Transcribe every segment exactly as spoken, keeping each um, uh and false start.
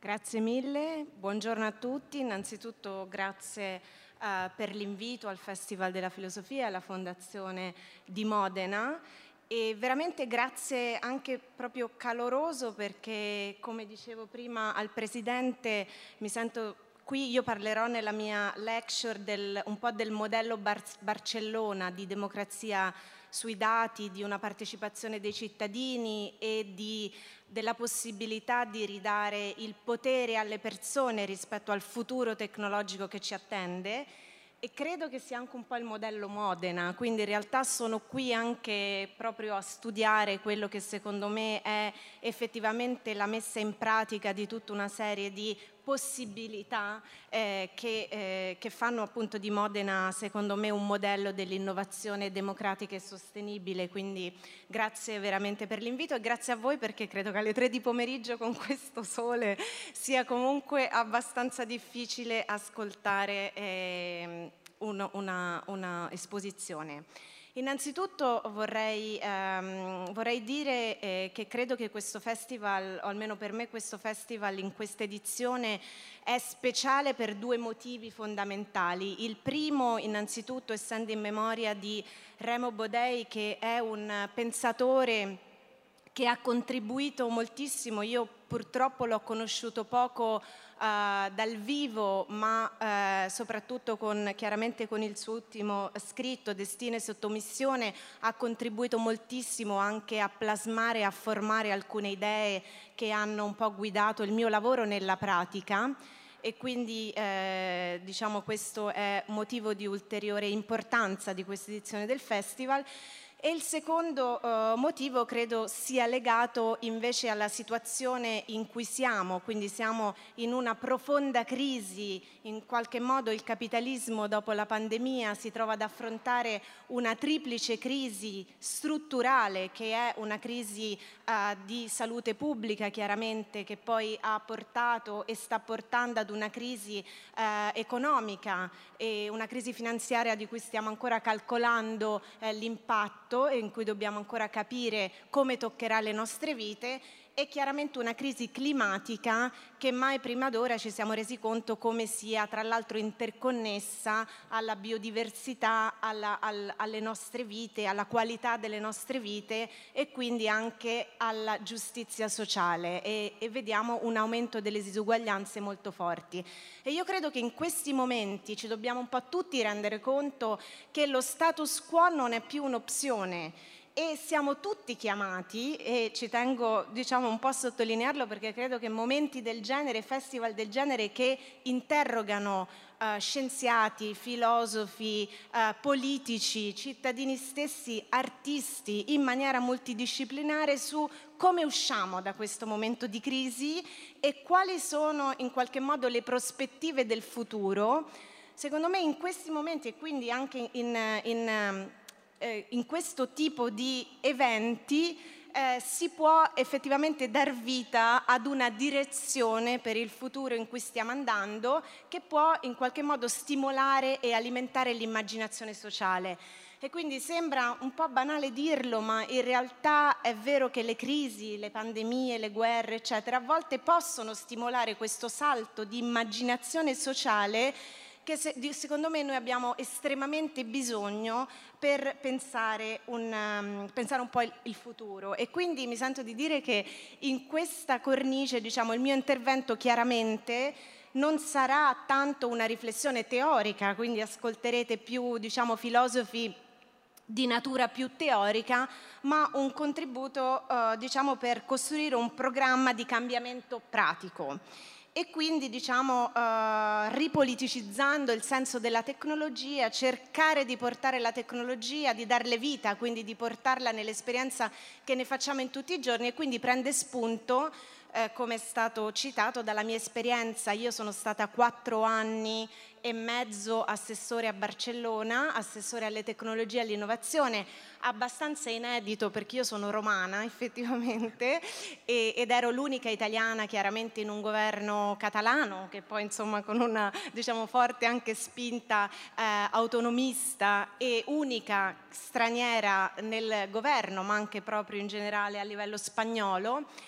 Grazie mille, buongiorno a tutti. Innanzitutto grazie uh, per l'invito al Festival della Filosofia e alla Fondazione di Modena e veramente grazie anche proprio caloroso perché, come dicevo prima al Presidente, mi sento qui, io parlerò nella mia lecture del, un po' del modello Bar- Barcellona di democrazia sui dati, di una partecipazione dei cittadini e di, della possibilità di ridare il potere alle persone rispetto al futuro tecnologico che ci attende. E credo che sia anche un po' il modello Modena, quindi in realtà sono qui anche proprio a studiare quello che secondo me è effettivamente la messa in pratica di tutta una serie di possibilità eh, che, eh, che fanno appunto di Modena secondo me un modello dell'innovazione democratica e sostenibile, quindi grazie veramente per l'invito e grazie a voi perché credo che alle tre di pomeriggio con questo sole sia comunque abbastanza difficile ascoltare eh, uno, una, una esposizione. Innanzitutto vorrei, ehm, vorrei dire eh, che credo che questo festival, o almeno per me questo festival in questa edizione è speciale per due motivi fondamentali. Il primo, innanzitutto, essendo in memoria di Remo Bodei, che è un pensatore che ha contribuito moltissimo. Io purtroppo l'ho conosciuto poco uh, dal vivo, ma uh, soprattutto con, chiaramente con il suo ultimo scritto, Destino e Sottomissione, ha contribuito moltissimo anche a plasmare, a formare alcune idee che hanno un po' guidato il mio lavoro nella pratica. E quindi eh, diciamo questo è motivo di ulteriore importanza di questa edizione del festival. E il secondo eh, motivo credo sia legato invece alla situazione in cui siamo, quindi siamo in una profonda crisi, in qualche modo il capitalismo dopo la pandemia si trova ad affrontare una triplice crisi strutturale che è una crisi eh, di salute pubblica chiaramente che poi ha portato e sta portando ad una crisi eh, economica e una crisi finanziaria di cui stiamo ancora calcolando eh, l'impatto e in cui dobbiamo ancora capire come toccherà le nostre vite e chiaramente una crisi climatica che mai prima d'ora ci siamo resi conto come sia tra l'altro interconnessa alla biodiversità, alla, al, alle nostre vite, alla qualità delle nostre vite e quindi anche alla giustizia sociale e, e vediamo un aumento delle disuguaglianze molto forti. E io credo che in questi momenti ci dobbiamo un po' tutti rendere conto che lo status quo non è più un'opzione e siamo tutti chiamati, e ci tengo diciamo un po' a sottolinearlo perché credo che momenti del genere, festival del genere che interrogano uh, scienziati, filosofi, uh, politici, cittadini stessi, artisti in maniera multidisciplinare su come usciamo da questo momento di crisi e quali sono in qualche modo le prospettive del futuro. Secondo me in questi momenti e quindi anche in, in, eh, in questo tipo di eventi eh, si può effettivamente dar vita ad una direzione per il futuro in cui stiamo andando che può in qualche modo stimolare e alimentare l'immaginazione sociale. E quindi sembra un po' banale dirlo, ma in realtà è vero che le crisi, le pandemie, le guerre, eccetera, a volte possono stimolare questo salto di immaginazione sociale che se, secondo me noi abbiamo estremamente bisogno per pensare un, um, pensare un po' il, il futuro. E quindi mi sento di dire che in questa cornice, diciamo, il mio intervento chiaramente non sarà tanto una riflessione teorica, quindi ascolterete più, diciamo, filosofi di natura più teorica, ma un contributo, eh, diciamo, per costruire un programma di cambiamento pratico. E quindi diciamo eh, ripoliticizzando il senso della tecnologia, cercare di portare la tecnologia, di darle vita, quindi di portarla nell'esperienza che ne facciamo in tutti i giorni e quindi prende spunto, eh, come è stato citato, dalla mia esperienza. Io sono stata quattro anni e mezzo assessore a Barcellona, assessore alle tecnologie e all'innovazione, abbastanza inedito perché io sono romana effettivamente e, ed ero l'unica italiana chiaramente in un governo catalano che poi insomma con una diciamo forte anche spinta eh, autonomista e unica straniera nel governo ma anche proprio in generale a livello spagnolo.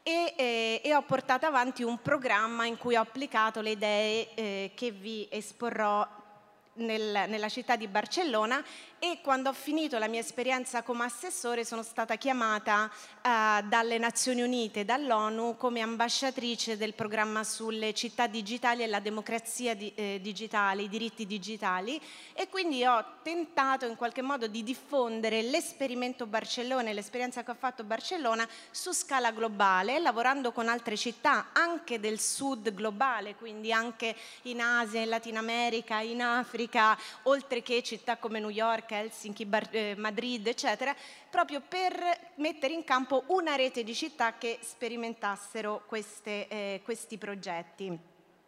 e, eh, e ho portato avanti un programma in cui ho applicato le idee eh, che vi esporrò nel, nella città di Barcellona, e quando ho finito la mia esperienza come assessore sono stata chiamata eh, dalle Nazioni Unite, dall'ONU, come ambasciatrice del programma sulle città digitali e la democrazia di, eh, digitale, i diritti digitali, e quindi ho tentato in qualche modo di diffondere l'esperimento Barcellona e l'esperienza che ho fatto a Barcellona su scala globale, lavorando con altre città anche del sud globale, quindi anche in Asia, in Latino America, in Africa, oltre che città come New York, Helsinki, Bar- eh, Madrid, eccetera, proprio per mettere in campo una rete di città che sperimentassero queste, eh, questi progetti.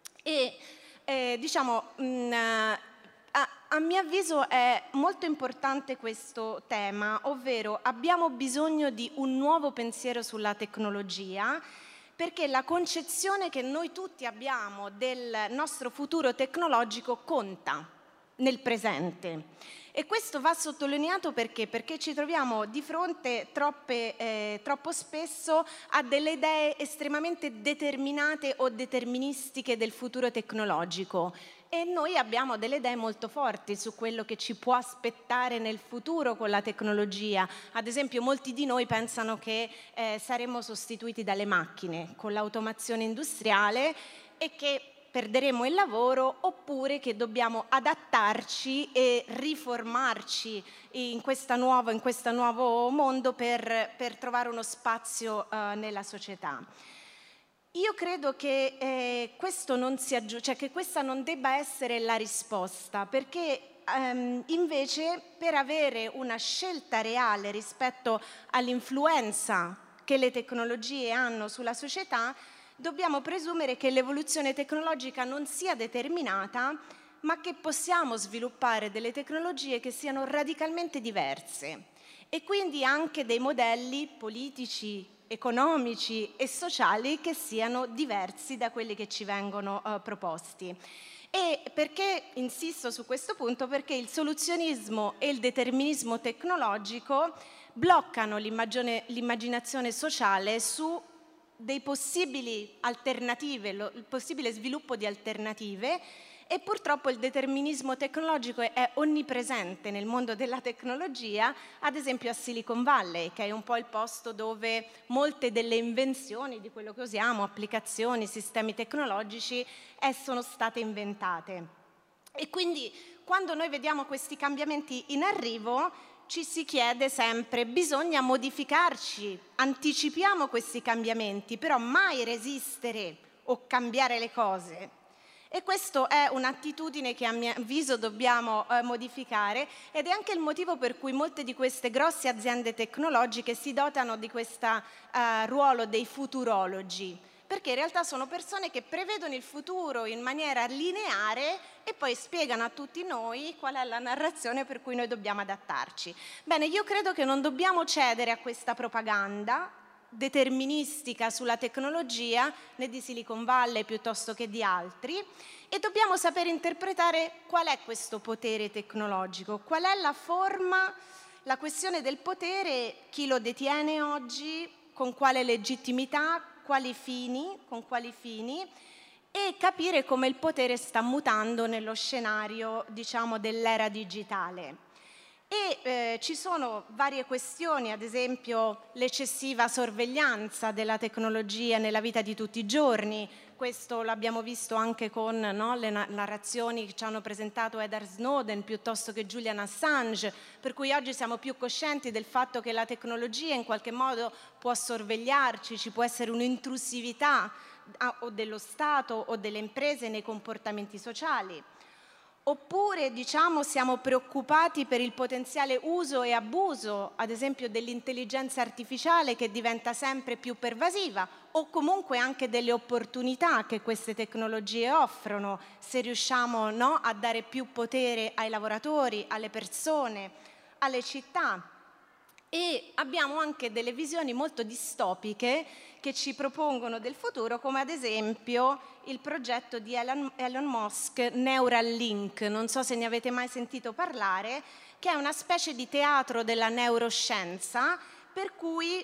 E eh, diciamo, mh, a, a mio avviso è molto importante questo tema, ovvero abbiamo bisogno di un nuovo pensiero sulla tecnologia, perché la concezione che noi tutti abbiamo del nostro futuro tecnologico conta nel presente. E questo va sottolineato perché? Perché ci troviamo di fronte troppe, eh, troppo spesso a delle idee estremamente determinate o deterministiche del futuro tecnologico, e noi abbiamo delle idee molto forti su quello che ci può aspettare nel futuro con la tecnologia. Ad esempio, molti di noi pensano che eh, saremo sostituiti dalle macchine con l'automazione industriale e che perderemo il lavoro, oppure che dobbiamo adattarci e riformarci in, questa nuova, in questo nuovo mondo per, per trovare uno spazio uh, nella società. Io credo che, eh, questo non si aggiu- cioè che questa non debba essere la risposta, perché ehm, invece per avere una scelta reale rispetto all'influenza che le tecnologie hanno sulla società, dobbiamo presumere che l'evoluzione tecnologica non sia determinata, ma che possiamo sviluppare delle tecnologie che siano radicalmente diverse, e quindi anche dei modelli politici, economici e sociali che siano diversi da quelli che ci vengono uh, proposti. E perché insisto su questo punto? Perché il soluzionismo e il determinismo tecnologico bloccano l'immaginazione sociale su dei possibili alternative, lo, il possibile sviluppo di alternative, e purtroppo il determinismo tecnologico è onnipresente nel mondo della tecnologia, ad esempio a Silicon Valley, che è un po' il posto dove molte delle invenzioni di quello che usiamo, applicazioni, sistemi tecnologici, eh, sono state inventate. E quindi quando noi vediamo questi cambiamenti in arrivo, ci si chiede sempre: bisogna modificarci, anticipiamo questi cambiamenti, però mai resistere o cambiare le cose. E questa è un'attitudine che a mio avviso dobbiamo eh, modificare, ed è anche il motivo per cui molte di queste grosse aziende tecnologiche si dotano di questo eh, ruolo dei futurologi, perché in realtà sono persone che prevedono il futuro in maniera lineare e poi spiegano a tutti noi qual è la narrazione per cui noi dobbiamo adattarci. Bene, io credo che non dobbiamo cedere a questa propaganda deterministica sulla tecnologia, né di Silicon Valley piuttosto che di altri, e dobbiamo saper interpretare qual è questo potere tecnologico, qual è la forma, la questione del potere, chi lo detiene oggi, con quale legittimità, quali fini, con quali fini, e capire come il potere sta mutando nello scenario, diciamo, dell'era digitale. E eh, ci sono varie questioni, ad esempio l'eccessiva sorveglianza della tecnologia nella vita di tutti i giorni. Questo l'abbiamo visto anche con no, le narrazioni che ci hanno presentato Edward Snowden piuttosto che Julian Assange, per cui oggi siamo più coscienti del fatto che la tecnologia in qualche modo può sorvegliarci, ci può essere un'intrusività o dello Stato o delle imprese nei comportamenti sociali. Oppure, diciamo, siamo preoccupati per il potenziale uso e abuso, ad esempio, dell'intelligenza artificiale, che diventa sempre più pervasiva, o comunque anche delle opportunità che queste tecnologie offrono, se riusciamo no, a dare più potere ai lavoratori, alle persone, alle città. E abbiamo anche delle visioni molto distopiche che ci propongono del futuro, come ad esempio il progetto di Elon, Elon Musk, Neuralink. Non so se ne avete mai sentito parlare, che è una specie di teatro della neuroscienza, per cui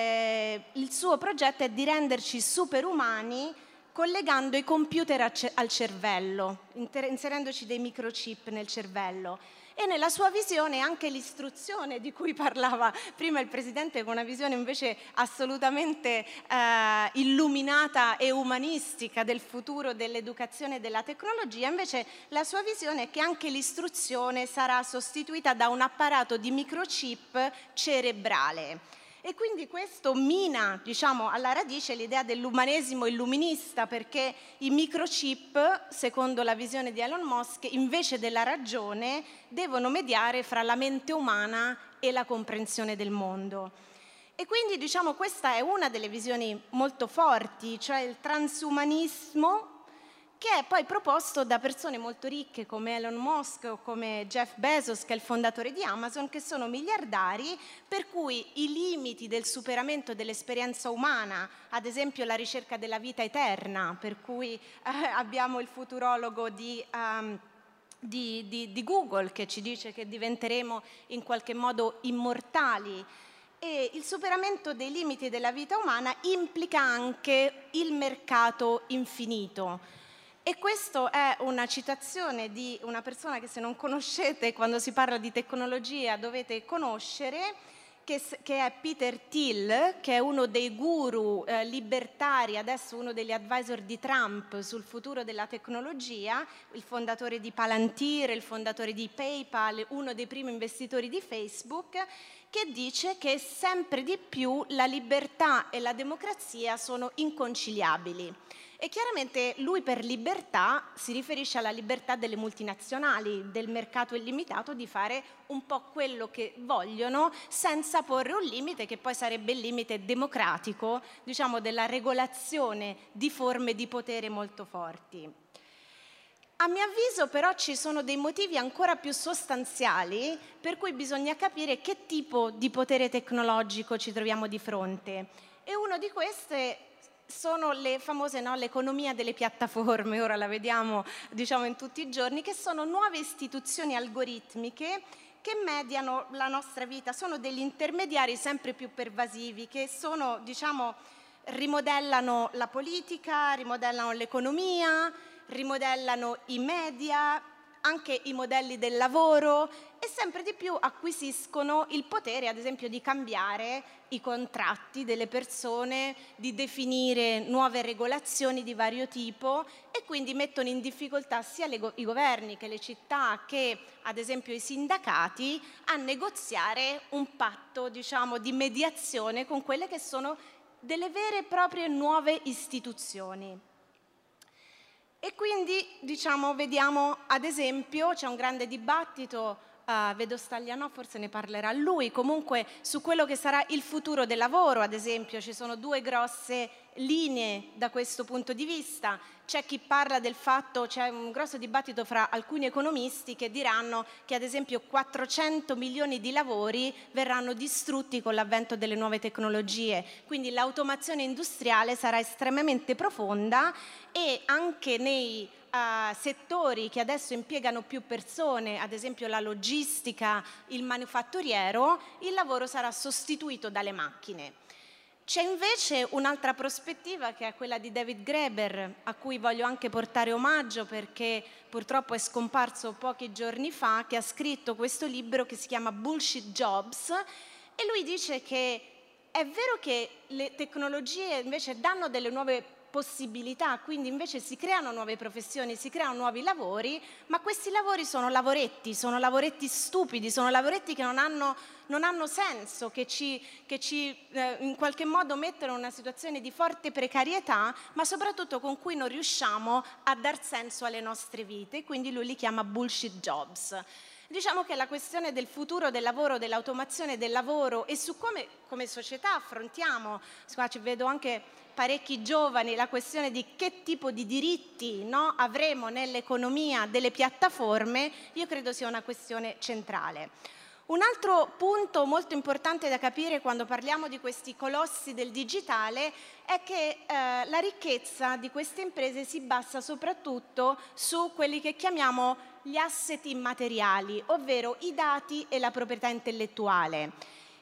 eh, il suo progetto è di renderci superumani collegando i computer al cervello, inserendoci dei microchip nel cervello. E nella sua visione anche l'istruzione di cui parlava prima il Presidente, con una visione invece assolutamente eh, illuminata e umanistica del futuro dell'educazione e della tecnologia, invece la sua visione è che anche l'istruzione sarà sostituita da un apparato di microchip cerebrale. E quindi questo mina, diciamo, alla radice l'idea dell'umanesimo illuminista, perché i microchip, secondo la visione di Elon Musk, invece della ragione, devono mediare fra la mente umana e la comprensione del mondo. E quindi, diciamo, questa è una delle visioni molto forti, cioè il transumanismo, che è poi proposto da persone molto ricche come Elon Musk o come Jeff Bezos, che è il fondatore di Amazon, che sono miliardari, per cui i limiti del superamento dell'esperienza umana, ad esempio la ricerca della vita eterna, per cui eh, abbiamo il futurologo di, um, di, di, di Google che ci dice che diventeremo in qualche modo immortali, e il superamento dei limiti della vita umana implica anche il mercato infinito. E questa è una citazione di una persona che, se non conoscete, quando si parla di tecnologia dovete conoscere, che, che è Peter Thiel, che è uno dei guru eh, libertari, adesso uno degli advisor di Trump sul futuro della tecnologia, il fondatore di Palantir, il fondatore di PayPal, uno dei primi investitori di Facebook, che dice che sempre di più la libertà e la democrazia sono inconciliabili. E chiaramente lui per libertà si riferisce alla libertà delle multinazionali, del mercato illimitato, di fare un po' quello che vogliono senza porre un limite, che poi sarebbe il limite democratico, diciamo, della regolazione di forme di potere molto forti. A mio avviso però ci sono dei motivi ancora più sostanziali per cui bisogna capire che tipo di potere tecnologico ci troviamo di fronte. E uno di questi sono le famose, no, l'economia delle piattaforme, ora la vediamo, diciamo, in tutti i giorni, che sono nuove istituzioni algoritmiche che mediano la nostra vita, sono degli intermediari sempre più pervasivi, che sono, diciamo, rimodellano la politica, rimodellano l'economia, rimodellano i media, anche i modelli del lavoro, e sempre di più acquisiscono il potere, ad esempio, di cambiare i contratti delle persone, di definire nuove regolazioni di vario tipo, e quindi mettono in difficoltà sia le go- i governi che le città che, ad esempio, i sindacati a negoziare un patto, diciamo, di mediazione con quelle che sono delle vere e proprie nuove istituzioni. E quindi, diciamo, vediamo, ad esempio, c'è un grande dibattito, uh, vedo Stagliano, forse ne parlerà lui, comunque su quello che sarà il futuro del lavoro, ad esempio. Ci sono due grosse linee da questo punto di vista. C'è chi parla del fatto, c'è un grosso dibattito fra alcuni economisti che diranno che, ad esempio, quattrocento milioni di lavori verranno distrutti con l'avvento delle nuove tecnologie, quindi l'automazione industriale sarà estremamente profonda, e anche nei uh, settori che adesso impiegano più persone, ad esempio la logistica, il manufatturiero, il lavoro sarà sostituito dalle macchine. C'è invece un'altra prospettiva, che è quella di David Graeber, a cui voglio anche portare omaggio perché purtroppo è scomparso pochi giorni fa, che ha scritto questo libro che si chiama Bullshit Jobs, e lui dice che è vero che le tecnologie invece danno delle nuove possibilità, quindi invece si creano nuove professioni, si creano nuovi lavori, ma questi lavori sono lavoretti, sono lavoretti stupidi, sono lavoretti che non hanno, non hanno senso, che ci, che ci eh, in qualche modo mettono in una situazione di forte precarietà, ma soprattutto con cui non riusciamo a dar senso alle nostre vite, quindi lui li chiama bullshit jobs. Diciamo che la questione del futuro del lavoro, dell'automazione del lavoro, e su come come società affrontiamo, qua ci vedo anche parecchi giovani, la questione di che tipo di diritti, no, avremo nell'economia delle piattaforme, io credo sia una questione centrale. Un altro punto molto importante da capire quando parliamo di questi colossi del digitale è che eh, la ricchezza di queste imprese si basa soprattutto su quelli che chiamiamo gli asset immateriali, ovvero i dati e la proprietà intellettuale.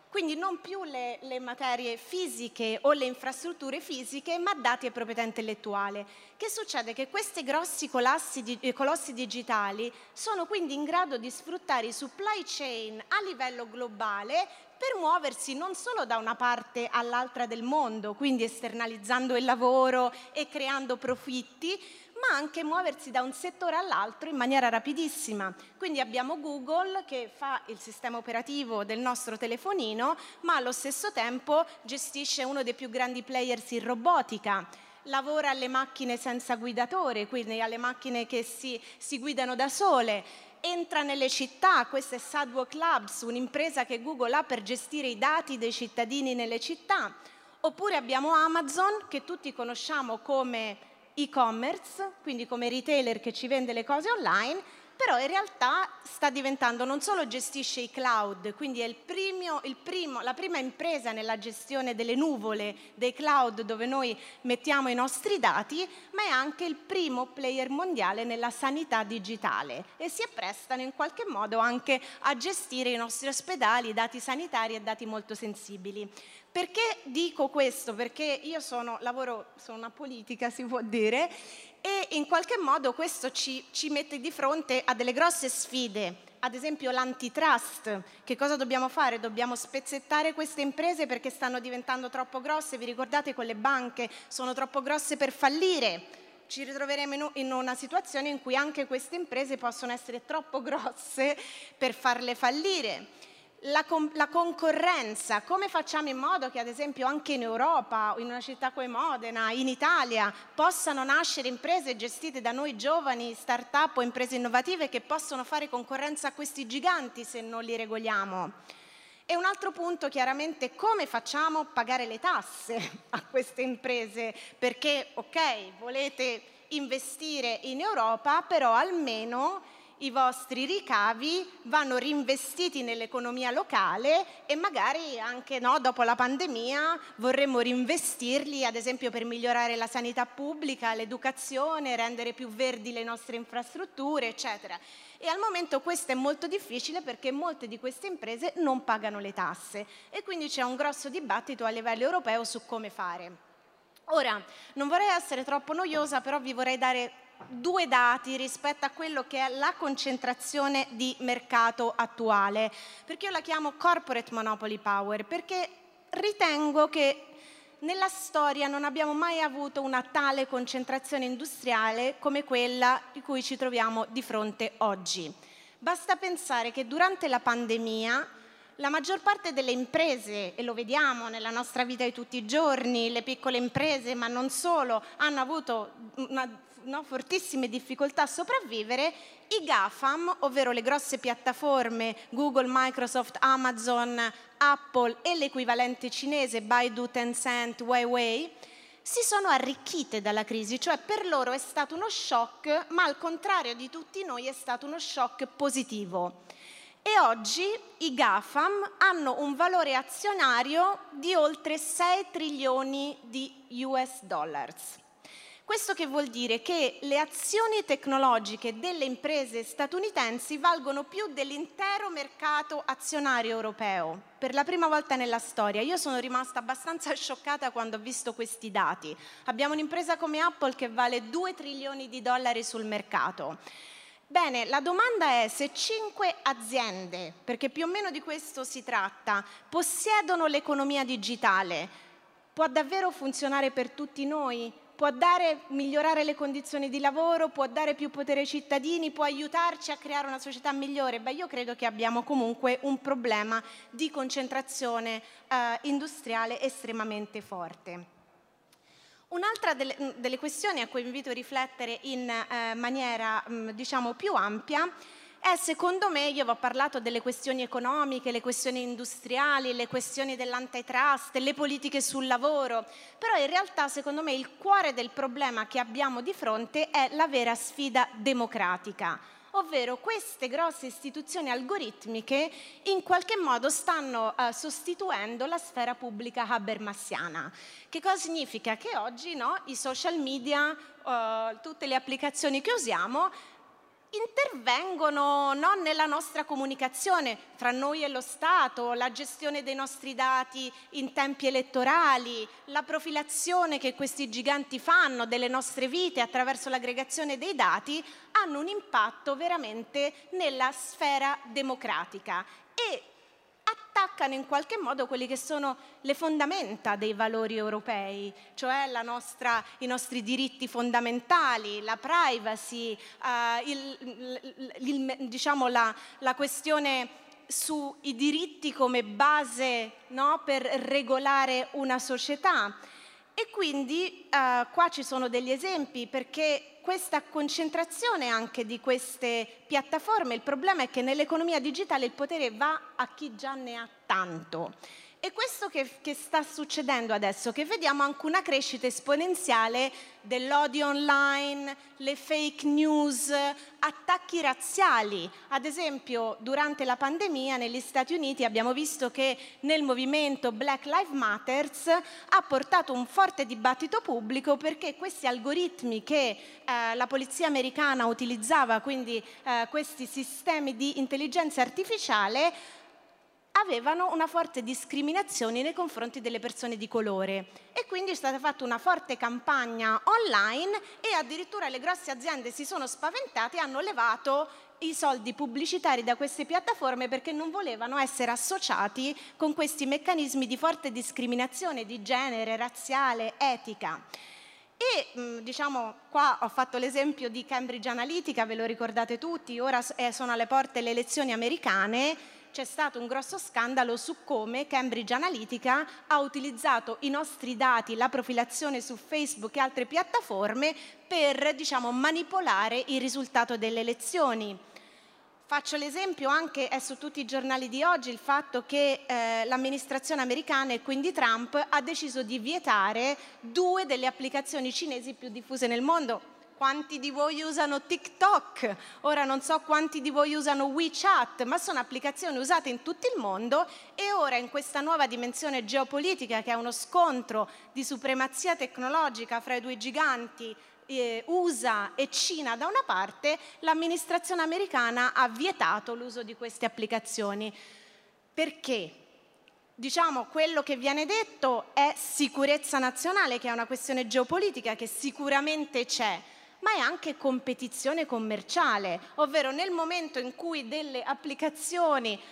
Quindi non più le, le materie fisiche o le infrastrutture fisiche, ma dati e proprietà intellettuale. Che succede? Che questi grossi colossi, di, eh, colossi digitali sono quindi in grado di sfruttare i supply chain a livello globale per muoversi non solo da una parte all'altra del mondo, quindi esternalizzando il lavoro e creando profitti, ma anche muoversi da un settore all'altro in maniera rapidissima. Quindi abbiamo Google che fa il sistema operativo del nostro telefonino, ma allo stesso tempo gestisce uno dei più grandi players in robotica. Lavora alle macchine senza guidatore, quindi alle macchine che si, si guidano da sole. Entra nelle città, questa è Sidewalk Labs, un'impresa che Google ha per gestire i dati dei cittadini nelle città. Oppure abbiamo Amazon, che tutti conosciamo come e-commerce, quindi come retailer che ci vende le cose online, però in realtà sta diventando, non solo gestisce i cloud, quindi è il primo, il primo, la prima impresa nella gestione delle nuvole, dei cloud dove noi mettiamo i nostri dati, ma è anche il primo player mondiale nella sanità digitale e si apprestano in qualche modo anche a gestire i nostri ospedali, i dati sanitari e dati molto sensibili. Perché dico questo? Perché io sono, lavoro, sono una politica, si può dire, e in qualche modo questo ci, ci mette di fronte a delle grosse sfide, ad esempio l'antitrust. Che cosa dobbiamo fare? Dobbiamo spezzettare queste imprese perché stanno diventando troppo grosse, vi ricordate con le banche, sono troppo grosse per fallire. Ci ritroveremo in una situazione in cui anche queste imprese possono essere troppo grosse per farle fallire. La, la concorrenza, come facciamo in modo che ad esempio anche in Europa, in una città come Modena, in Italia, possano nascere imprese gestite da noi giovani, start-up o imprese innovative che possono fare concorrenza a questi giganti se non li regoliamo? E un altro punto, chiaramente, come facciamo a pagare le tasse a queste imprese? Perché, ok, volete investire in Europa, però almeno i vostri ricavi vanno reinvestiti nell'economia locale e magari anche no, dopo la pandemia vorremmo reinvestirli, ad esempio per migliorare la sanità pubblica, l'educazione, rendere più verdi le nostre infrastrutture, eccetera. E al momento questo è molto difficile perché molte di queste imprese non pagano le tasse e quindi c'è un grosso dibattito a livello europeo su come fare. Ora, non vorrei essere troppo noiosa, però vi vorrei dare due dati rispetto a quello che è la concentrazione di mercato attuale, perché io la chiamo corporate monopoly power, perché ritengo che nella storia non abbiamo mai avuto una tale concentrazione industriale come quella di cui ci troviamo di fronte oggi. Basta pensare che durante la pandemia la maggior parte delle imprese, e lo vediamo nella nostra vita di tutti i giorni, le piccole imprese, ma non solo, hanno avuto una No, fortissime difficoltà a sopravvivere, i GAFAM, ovvero le grosse piattaforme Google, Microsoft, Amazon, Apple e l'equivalente cinese Baidu, Tencent, Huawei, si sono arricchite dalla crisi, cioè per loro è stato uno shock, ma al contrario di tutti noi è stato uno shock positivo. E oggi i GAFAM hanno un valore azionario di oltre sei trilioni di U S dollars. Questo che vuol dire che le azioni tecnologiche delle imprese statunitensi valgono più dell'intero mercato azionario europeo, per la prima volta nella storia. Io sono rimasta abbastanza scioccata quando ho visto questi dati. Abbiamo un'impresa come Apple che vale due trilioni di dollari sul mercato. Bene, la domanda è se cinque aziende, perché più o meno di questo si tratta, possiedono l'economia digitale, può davvero funzionare per tutti noi? Può dare, migliorare le condizioni di lavoro, può dare più potere ai cittadini, può aiutarci a creare una società migliore? Beh, io credo che abbiamo comunque un problema di concentrazione eh, industriale estremamente forte. Un'altra delle, delle questioni a cui vi invito a riflettere in eh, maniera mh, diciamo più ampia è, secondo me, io vi ho parlato delle questioni economiche, le questioni industriali, le questioni dell'antitrust, le politiche sul lavoro, però in realtà, secondo me, il cuore del problema che abbiamo di fronte è la vera sfida democratica, ovvero queste grosse istituzioni algoritmiche in qualche modo stanno uh, sostituendo la sfera pubblica habermasiana. Che cosa significa? Che oggi no, i social media, uh, tutte le applicazioni che usiamo, intervengono, no, nella nostra comunicazione fra noi e lo Stato, la gestione dei nostri dati in tempi elettorali, la profilazione che questi giganti fanno delle nostre vite attraverso l'aggregazione dei dati, hanno un impatto veramente nella sfera democratica e attaccano in qualche modo quelli che sono le fondamenta dei valori europei, cioè la nostra, i nostri diritti fondamentali, la privacy, eh, il, il, il, diciamo la, la questione sui diritti come base, no, per regolare una società. E quindi eh, qua ci sono degli esempi, perché questa concentrazione anche di queste piattaforme, il problema è che nell'economia digitale il potere va a chi già ne ha tanto. E questo che, che sta succedendo adesso, che vediamo anche una crescita esponenziale dell'odio online, le fake news, attacchi razziali. Ad esempio, durante la pandemia negli Stati Uniti abbiamo visto che nel movimento Black Lives Matter ha portato un forte dibattito pubblico, perché questi algoritmi che eh, la polizia americana utilizzava, quindi eh, questi sistemi di intelligenza artificiale, avevano una forte discriminazione nei confronti delle persone di colore, e quindi è stata fatta una forte campagna online e addirittura le grosse aziende si sono spaventate e hanno levato i soldi pubblicitari da queste piattaforme, perché non volevano essere associati con questi meccanismi di forte discriminazione di genere, razziale, etica. E diciamo, qua ho fatto l'esempio di Cambridge Analytica, ve lo ricordate tutti, ora sono alle porte le elezioni americane. C'è stato un grosso scandalo su come Cambridge Analytica ha utilizzato i nostri dati, la profilazione su Facebook e altre piattaforme per, diciamo, manipolare il risultato delle elezioni. Faccio l'esempio anche, è su tutti i giornali di oggi, il fatto che eh, l'amministrazione americana e quindi Trump ha deciso di vietare due delle applicazioni cinesi più diffuse nel mondo. Quanti di voi usano TikTok? Ora non so quanti di voi usano WeChat, ma sono applicazioni usate in tutto il mondo, e ora in questa nuova dimensione geopolitica, che è uno scontro di supremazia tecnologica fra i due giganti, eh, U S A e Cina da una parte, l'amministrazione americana ha vietato l'uso di queste applicazioni. Perché? Diciamo, quello che viene detto è sicurezza nazionale, che è una questione geopolitica che sicuramente c'è, ma è anche competizione commerciale, ovvero nel momento in cui delle applicazioni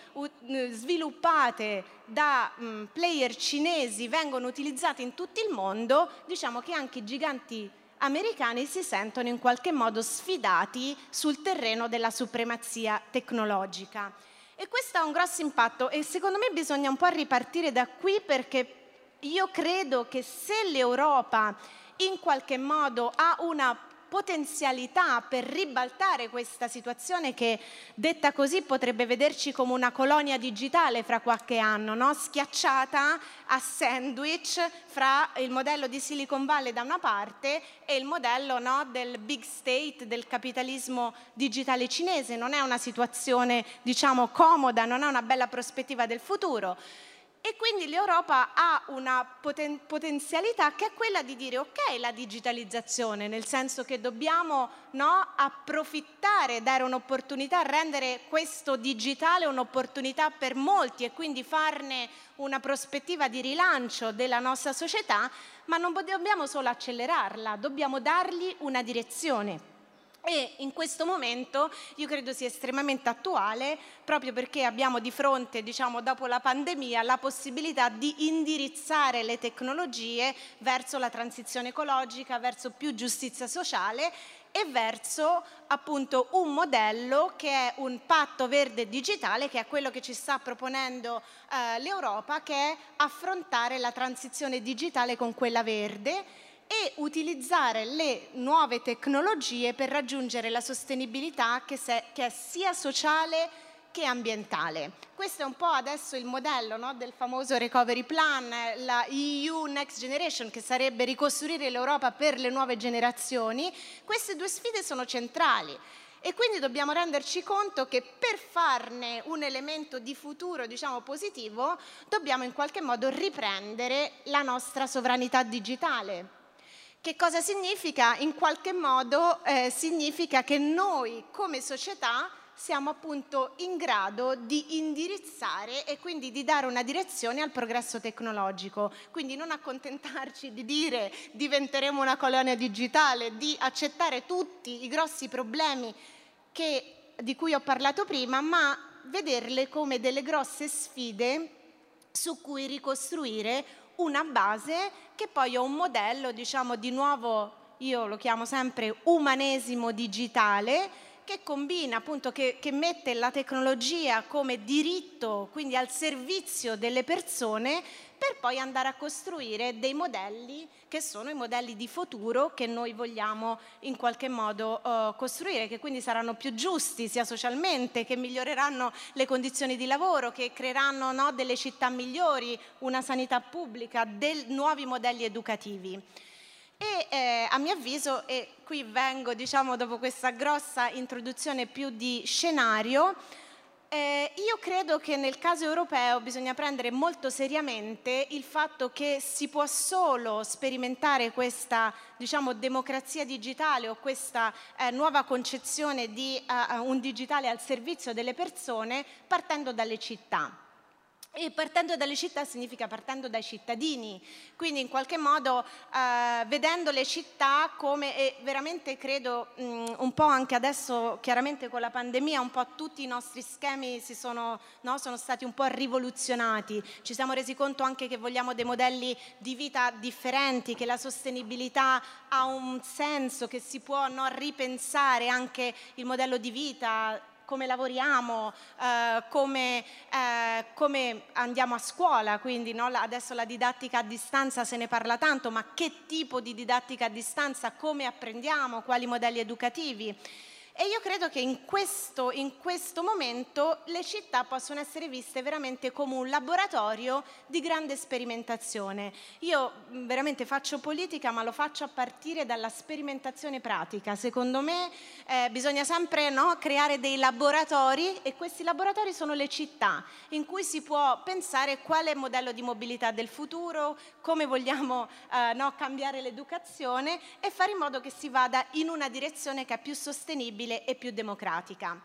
sviluppate da mh, player cinesi vengono utilizzate in tutto il mondo, diciamo che anche i giganti americani si sentono in qualche modo sfidati sul terreno della supremazia tecnologica. E questo ha un grosso impatto, e secondo me bisogna un po' ripartire da qui, perché io credo che se l'Europa in qualche modo ha una potenzialità per ribaltare questa situazione, che detta così potrebbe vederci come una colonia digitale fra qualche anno, no? Schiacciata a sandwich fra il modello di Silicon Valley da una parte e il modello, no, del big state, del capitalismo digitale cinese. Non è una situazione, diciamo, comoda, non è una bella prospettiva del futuro. E quindi l'Europa ha una poten- potenzialità che è quella di dire ok, la digitalizzazione, nel senso che dobbiamo, no, approfittare, dare un'opportunità, rendere questo digitale un'opportunità per molti e quindi farne una prospettiva di rilancio della nostra società, ma non dobbiamo solo accelerarla, dobbiamo dargli una direzione. E in questo momento io credo sia estremamente attuale, proprio perché abbiamo di fronte, diciamo, dopo la pandemia, la possibilità di indirizzare le tecnologie verso la transizione ecologica, verso più giustizia sociale e verso appunto un modello che è un patto verde digitale, che è quello che ci sta proponendo eh, l'Europa, che è affrontare la transizione digitale con quella verde e utilizzare le nuove tecnologie per raggiungere la sostenibilità che, se, che è sia sociale che ambientale. Questo è un po' adesso il modello, no, del famoso Recovery Plan, la E U Next Generation, che sarebbe ricostruire l'Europa per le nuove generazioni. Queste due sfide sono centrali. E quindi dobbiamo renderci conto che per farne un elemento di futuro, diciamo, positivo, dobbiamo in qualche modo riprendere la nostra sovranità digitale, Che cosa significa? In qualche modo eh, significa che noi come società siamo appunto in grado di indirizzare e quindi di dare una direzione al progresso tecnologico. Quindi non accontentarci di dire diventeremo una colonia digitale, di accettare tutti i grossi problemi che, di cui ho parlato prima, ma vederle come delle grosse sfide su cui ricostruire una base che poi è un modello, diciamo, di nuovo, io lo chiamo sempre umanesimo digitale, che combina appunto, che, che mette la tecnologia come diritto, quindi al servizio delle persone, per poi andare a costruire dei modelli che sono i modelli di futuro che noi vogliamo in qualche modo uh, costruire, che quindi saranno più giusti sia socialmente, che miglioreranno le condizioni di lavoro, che creeranno, no, delle città migliori, una sanità pubblica, del, nuovi modelli educativi. E eh, a mio avviso, e qui vengo, diciamo, dopo questa grossa introduzione più di scenario, eh, io credo che nel caso europeo bisogna prendere molto seriamente il fatto che si può solo sperimentare questa, diciamo, democrazia digitale o questa eh, nuova concezione di uh, un digitale al servizio delle persone partendo dalle città. E partendo dalle città significa partendo dai cittadini, quindi in qualche modo eh, vedendo le città come, e veramente credo mh, un po' anche adesso chiaramente con la pandemia un po' tutti i nostri schemi si sono, no, sono stati un po' rivoluzionati, ci siamo resi conto anche che vogliamo dei modelli di vita differenti, che la sostenibilità ha un senso, che si può, no, ripensare anche il modello di vita, come lavoriamo, eh, come, eh, come andiamo a scuola, quindi no, adesso la didattica a distanza se ne parla tanto, ma che tipo di didattica a distanza, come apprendiamo, quali modelli educativi? E io credo che in questo, in questo momento le città possono essere viste veramente come un laboratorio di grande sperimentazione. Io veramente faccio politica, ma lo faccio a partire dalla sperimentazione pratica. Secondo me eh, bisogna sempre, no, creare dei laboratori, e questi laboratori sono le città, in cui si può pensare quale modello di mobilità del futuro, come vogliamo eh, no, cambiare l'educazione e fare in modo che si vada in una direzione che è più sostenibile e più democratica.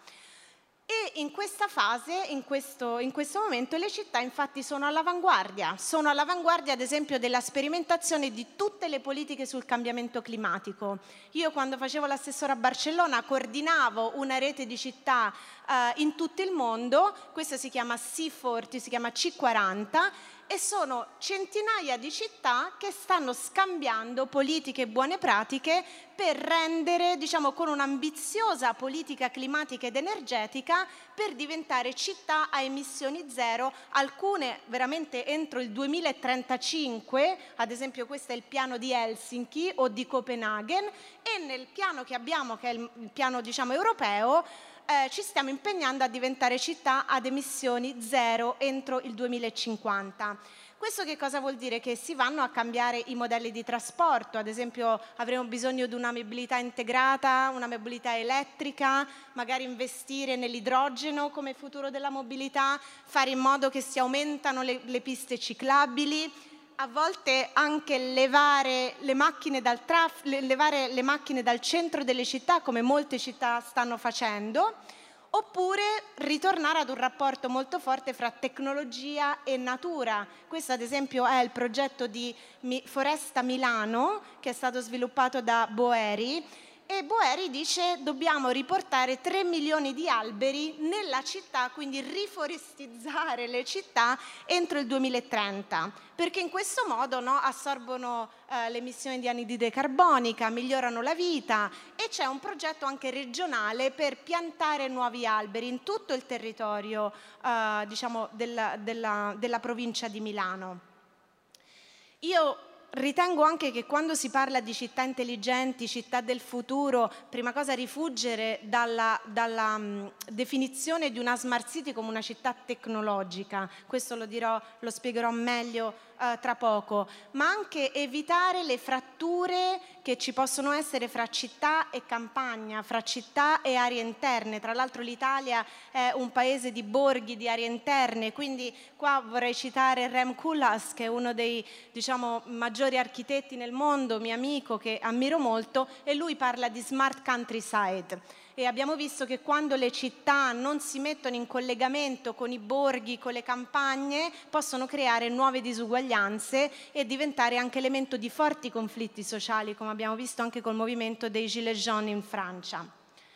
E in questa fase, in questo, in questo momento, le città infatti sono all'avanguardia, sono all'avanguardia ad esempio della sperimentazione di tutte le politiche sul cambiamento climatico. Io quando facevo l'assessore a Barcellona coordinavo una rete di città eh, in tutto il mondo, questa si chiama C quaranta, si chiama C quaranta, e sono centinaia di città che stanno scambiando politiche e buone pratiche per rendere, diciamo, con un'ambiziosa politica climatica ed energetica, per diventare città a emissioni zero, alcune veramente entro il duemilatrentacinque, ad esempio questo è il piano di Helsinki o di Copenaghen, e nel piano che abbiamo, che è il piano, diciamo, europeo, Eh, ci stiamo impegnando a diventare città ad emissioni zero entro il duemilacinquanta. Questo che cosa vuol dire? Che si vanno a cambiare i modelli di trasporto, ad esempio avremo bisogno di una mobilità integrata, una mobilità elettrica, magari investire nell'idrogeno come futuro della mobilità, fare in modo che si aumentano le, le piste ciclabili, a volte anche levare le macchine dal traf- levare le macchine dal centro delle città, come molte città stanno facendo, oppure ritornare ad un rapporto molto forte fra tecnologia e natura. Questo ad esempio è il progetto di Foresta Milano, che è stato sviluppato da Boeri, e Boeri dice dobbiamo riportare tre milioni di alberi nella città, quindi riforestizzare le città entro il duemilatrenta, perché in questo modo, no, assorbono eh, le emissioni di anidride carbonica, migliorano la vita, e c'è un progetto anche regionale per piantare nuovi alberi in tutto il territorio eh, diciamo della, della, della provincia di Milano. Io ritengo anche che quando si parla di città intelligenti, città del futuro, prima cosa rifuggire dalla, dalla um, definizione di una smart city come una città tecnologica. Questo lo dirò, lo spiegherò meglio uh, tra poco, ma anche evitare le fratture che ci possono essere fra città e campagna, fra città e aree interne. Tra l'altro l'Italia è un paese di borghi, di aree interne, quindi qua vorrei citare Rem Koolhaas, che è uno dei, diciamo, maggiori architetti nel mondo, mio amico, che ammiro molto, e lui parla di smart countryside. E abbiamo visto che quando le città non si mettono in collegamento con i borghi, con le campagne, possono creare nuove disuguaglianze e diventare anche elemento di forti conflitti sociali, come abbiamo visto anche col movimento dei Gilets jaunes in Francia.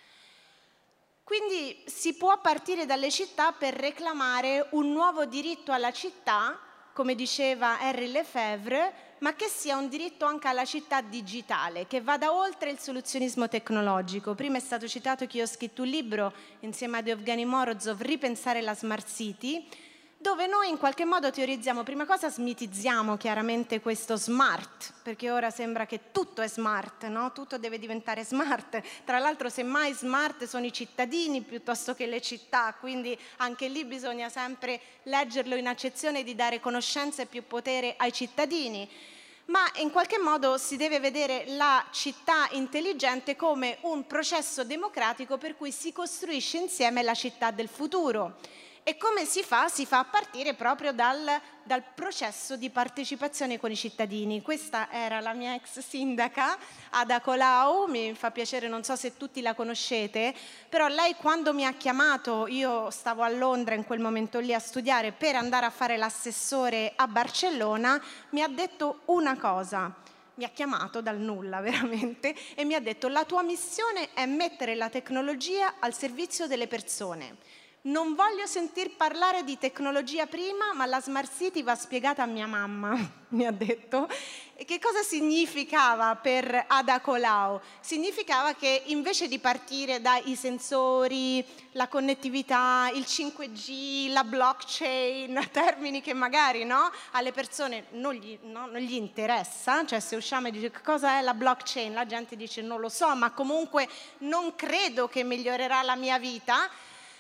Quindi si può partire dalle città per reclamare un nuovo diritto alla città, come diceva Henri Lefebvre, ma che sia un diritto anche alla città digitale, che vada oltre il soluzionismo tecnologico. Prima è stato citato che io ho scritto un libro insieme ad Evgeny Morozov, Ripensare la Smart City, dove noi in qualche modo teorizziamo, prima cosa smitizziamo chiaramente questo smart, perché ora sembra che tutto è smart, no? Tutto deve diventare smart. Tra l'altro semmai smart sono i cittadini piuttosto che le città, quindi anche lì bisogna sempre leggerlo in accezione di dare conoscenza e più potere ai cittadini. Ma in qualche modo si deve vedere la città intelligente come un processo democratico per cui si costruisce insieme la città del futuro. E come si fa? Si fa a partire proprio dal, dal processo di partecipazione con i cittadini. Questa era la mia ex sindaca, Ada Colau, mi fa piacere, non so se tutti la conoscete, però lei quando mi ha chiamato, io stavo a Londra in quel momento lì a studiare, per andare a fare l'assessore a Barcellona, mi ha detto una cosa. Mi ha chiamato dal nulla veramente e mi ha detto: la tua missione è mettere la tecnologia al servizio delle persone. Non voglio sentir parlare di tecnologia prima, ma la Smart City va spiegata a mia mamma, mi ha detto. E che cosa significava per Ada Colau? Significava che invece di partire dai sensori, la connettività, il cinque G, la blockchain, termini che magari no, alle persone non gli, no, non gli interessa, cioè se usciamo e dice cosa è la blockchain, la gente dice non lo so, ma comunque non credo che migliorerà la mia vita.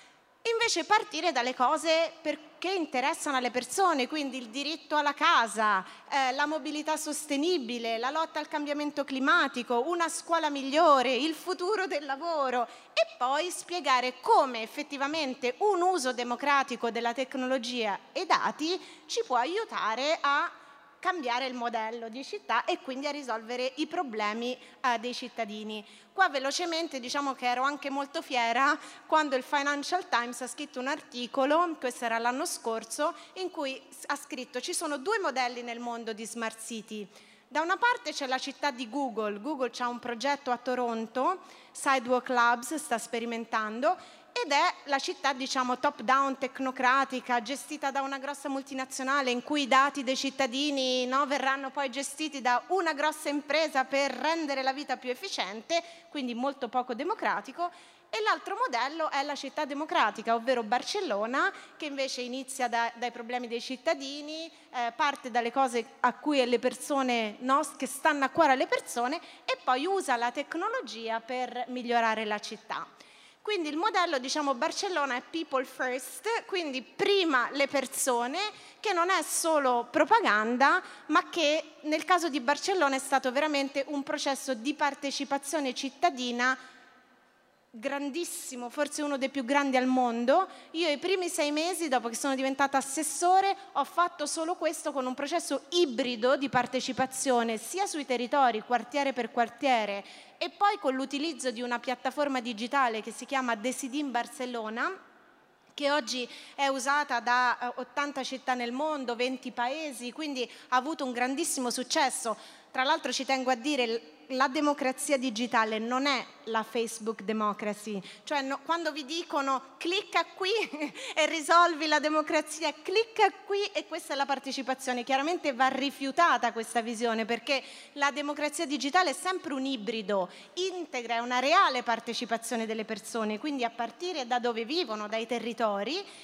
Invece partire dalle cose che interessano alle persone, quindi il diritto alla casa, eh, la mobilità sostenibile, la lotta al cambiamento climatico, una scuola migliore, il futuro del lavoro e poi spiegare come effettivamente un uso democratico della tecnologia e dati ci può aiutare a cambiare il modello di città e quindi a risolvere i problemi eh, dei cittadini. Qua velocemente diciamo che ero anche molto fiera quando il Financial Times ha scritto un articolo, questo era l'anno scorso, in cui ha scritto ci sono due modelli nel mondo di Smart City. Da una parte c'è la città di Google, Google ha un progetto a Toronto, Sidewalk Labs sta sperimentando, ed è la città, diciamo, top-down, tecnocratica, gestita da una grossa multinazionale in cui i dati dei cittadini no, verranno poi gestiti da una grossa impresa per rendere la vita più efficiente, quindi molto poco democratico. E l'altro modello è la città democratica, ovvero Barcellona, che invece inizia da, dai problemi dei cittadini, eh, parte dalle cose a cui le persone, no, che stanno a cuore alle persone, e poi usa la tecnologia per migliorare la città. Quindi il modello, diciamo, Barcellona è people first, quindi prima le persone, che non è solo propaganda, ma che nel caso di Barcellona è stato veramente un processo di partecipazione cittadina grandissimo, forse uno dei più grandi al mondo. Io i primi sei mesi, dopo che sono diventata assessore, ho fatto solo questo con un processo ibrido di partecipazione sia sui territori, quartiere per quartiere, e poi con l'utilizzo di una piattaforma digitale che si chiama Decidim Barcelona, che oggi è usata da ottanta città nel mondo, venti paesi, quindi ha avuto un grandissimo successo. Tra l'altro ci tengo a dire, la democrazia digitale non è la Facebook democracy, cioè no, quando vi dicono clicca qui e risolvi la democrazia, clicca qui e questa è la partecipazione, chiaramente va rifiutata questa visione perché la democrazia digitale è sempre un ibrido, integra una reale partecipazione delle persone, quindi a partire da dove vivono, dai territori.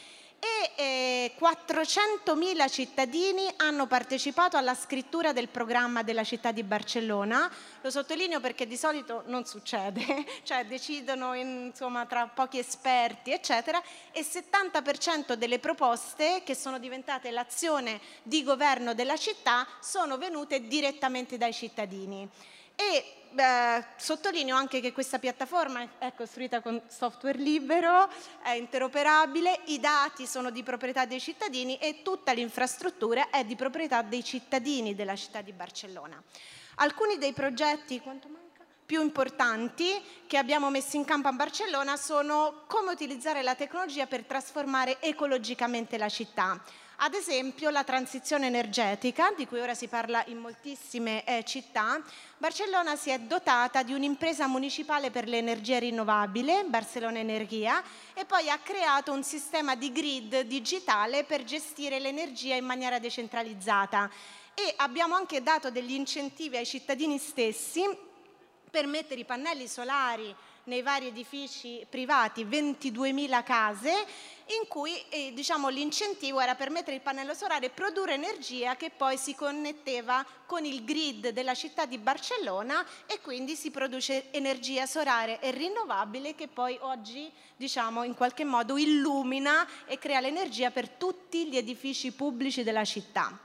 e eh, quattrocentomila cittadini hanno partecipato alla scrittura del programma della città di Barcellona. Lo sottolineo perché di solito non succede, cioè decidono in, insomma, tra pochi esperti, eccetera, e il settanta per cento delle proposte che sono diventate l'azione di governo della città sono venute direttamente dai cittadini. E eh, sottolineo anche che questa piattaforma è costruita con software libero, è interoperabile, i dati sono di proprietà dei cittadini e tutta l'infrastruttura è di proprietà dei cittadini della città di Barcellona. Alcuni dei progetti quanto manca? più importanti che abbiamo messo in campo a Barcellona sono come utilizzare la tecnologia per trasformare ecologicamente la città. Ad esempio la transizione energetica, di cui ora si parla in moltissime eh, città. Barcellona si è dotata di un'impresa municipale per l'energia rinnovabile, Barcelona Energia, e poi ha creato un sistema di grid digitale per gestire l'energia in maniera decentralizzata. E abbiamo anche dato degli incentivi ai cittadini stessi per mettere i pannelli solari nei vari edifici privati, ventiduemila case, in cui eh, diciamo, l'incentivo era per mettere il pannello solare e produrre energia che poi si connetteva con il grid della città di Barcellona e quindi si produce energia solare e rinnovabile che poi oggi diciamo, in qualche modo illumina e crea l'energia per tutti gli edifici pubblici della città.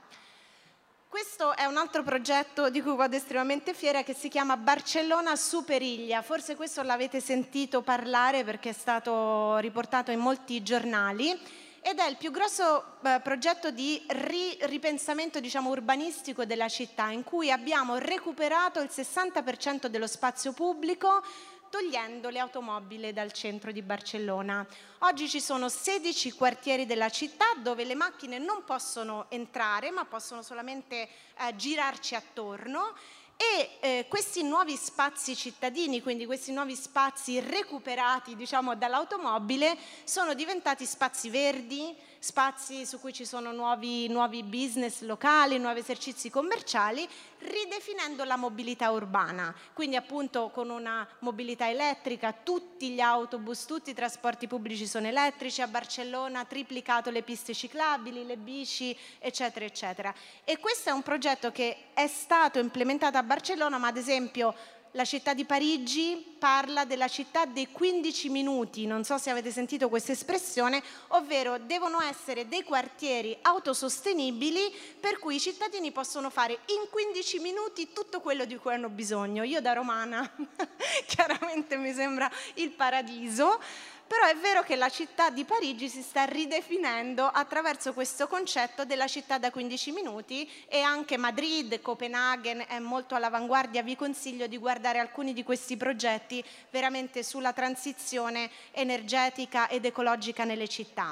Questo è un altro progetto di cui vado estremamente fiera che si chiama Barcellona Superilla. Forse questo l'avete sentito parlare perché è stato riportato in molti giornali ed è il più grosso eh, progetto di ri ripensamento diciamo, urbanistico della città in cui abbiamo recuperato il sessanta per cento dello spazio pubblico togliendo le automobili dal centro di Barcellona. Oggi ci sono sedici quartieri della città dove le macchine non possono entrare ma possono solamente eh, girarci attorno e eh, questi nuovi spazi cittadini, quindi questi nuovi spazi recuperati diciamo, dall'automobile, sono diventati spazi verdi, spazi su cui ci sono nuovi, nuovi business locali, nuovi esercizi commerciali, ridefinendo la mobilità urbana, quindi appunto con una mobilità elettrica, tutti gli autobus, tutti i trasporti pubblici sono elettrici, a Barcellona ha triplicato le piste ciclabili, le bici, eccetera, eccetera. E questo è un progetto che è stato implementato a Barcellona, ma ad esempio la città di Parigi parla della città dei quindici minuti, non so se avete sentito questa espressione, ovvero devono essere dei quartieri autosostenibili per cui i cittadini possono fare in quindici minuti tutto quello di cui hanno bisogno. Io da romana chiaramente mi sembra il paradiso, però è vero che la città di Parigi si sta ridefinendo attraverso questo concetto della città da quindici minuti e anche Madrid, Copenaghen è molto all'avanguardia. Vi consiglio di guardare alcuni di questi progetti veramente sulla transizione energetica ed ecologica nelle città.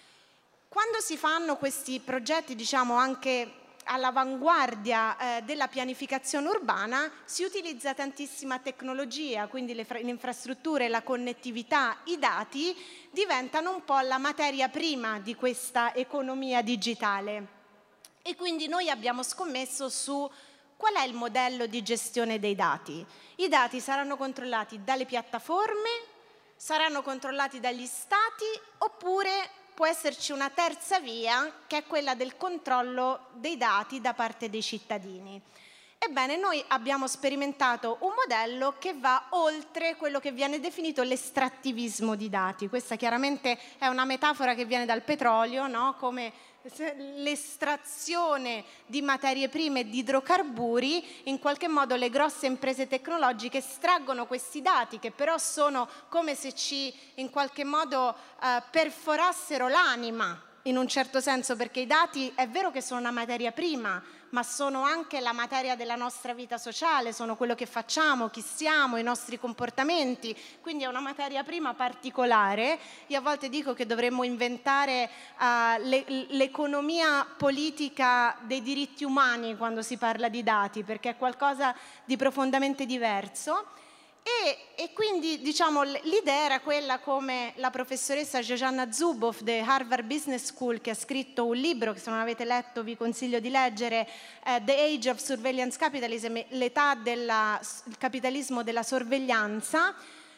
Quando si fanno questi progetti, diciamo anche all'avanguardia eh, della pianificazione urbana, si utilizza tantissima tecnologia, quindi le, le infrastrutture, la connettività, i dati diventano un po' la materia prima di questa economia digitale. E quindi noi abbiamo scommesso su qual è il modello di gestione dei dati. I dati saranno controllati dalle piattaforme, saranno controllati dagli stati oppure può esserci una terza via che è quella del controllo dei dati da parte dei cittadini. Ebbene, noi abbiamo sperimentato un modello che va oltre quello che viene definito l'estrattivismo di dati. Questa chiaramente è una metafora che viene dal petrolio, no? Come l'estrazione di materie prime e di idrocarburi, in qualche modo le grosse imprese tecnologiche estraggono questi dati che però sono come se ci in qualche modo eh, perforassero l'anima in un certo senso, perché i dati è vero che sono una materia prima, ma sono anche la materia della nostra vita sociale, sono quello che facciamo, chi siamo, i nostri comportamenti, quindi è una materia prima particolare. Io a volte dico che dovremmo inventare uh, l'economia politica dei diritti umani quando si parla di dati, perché è qualcosa di profondamente diverso. E, e quindi diciamo, l'idea era quella, come la professoressa Zsuzsanna Zuboff di Harvard Business School, che ha scritto un libro che se non avete letto vi consiglio di leggere, eh, The Age of Surveillance Capitalism, l'età del capitalismo della sorveglianza.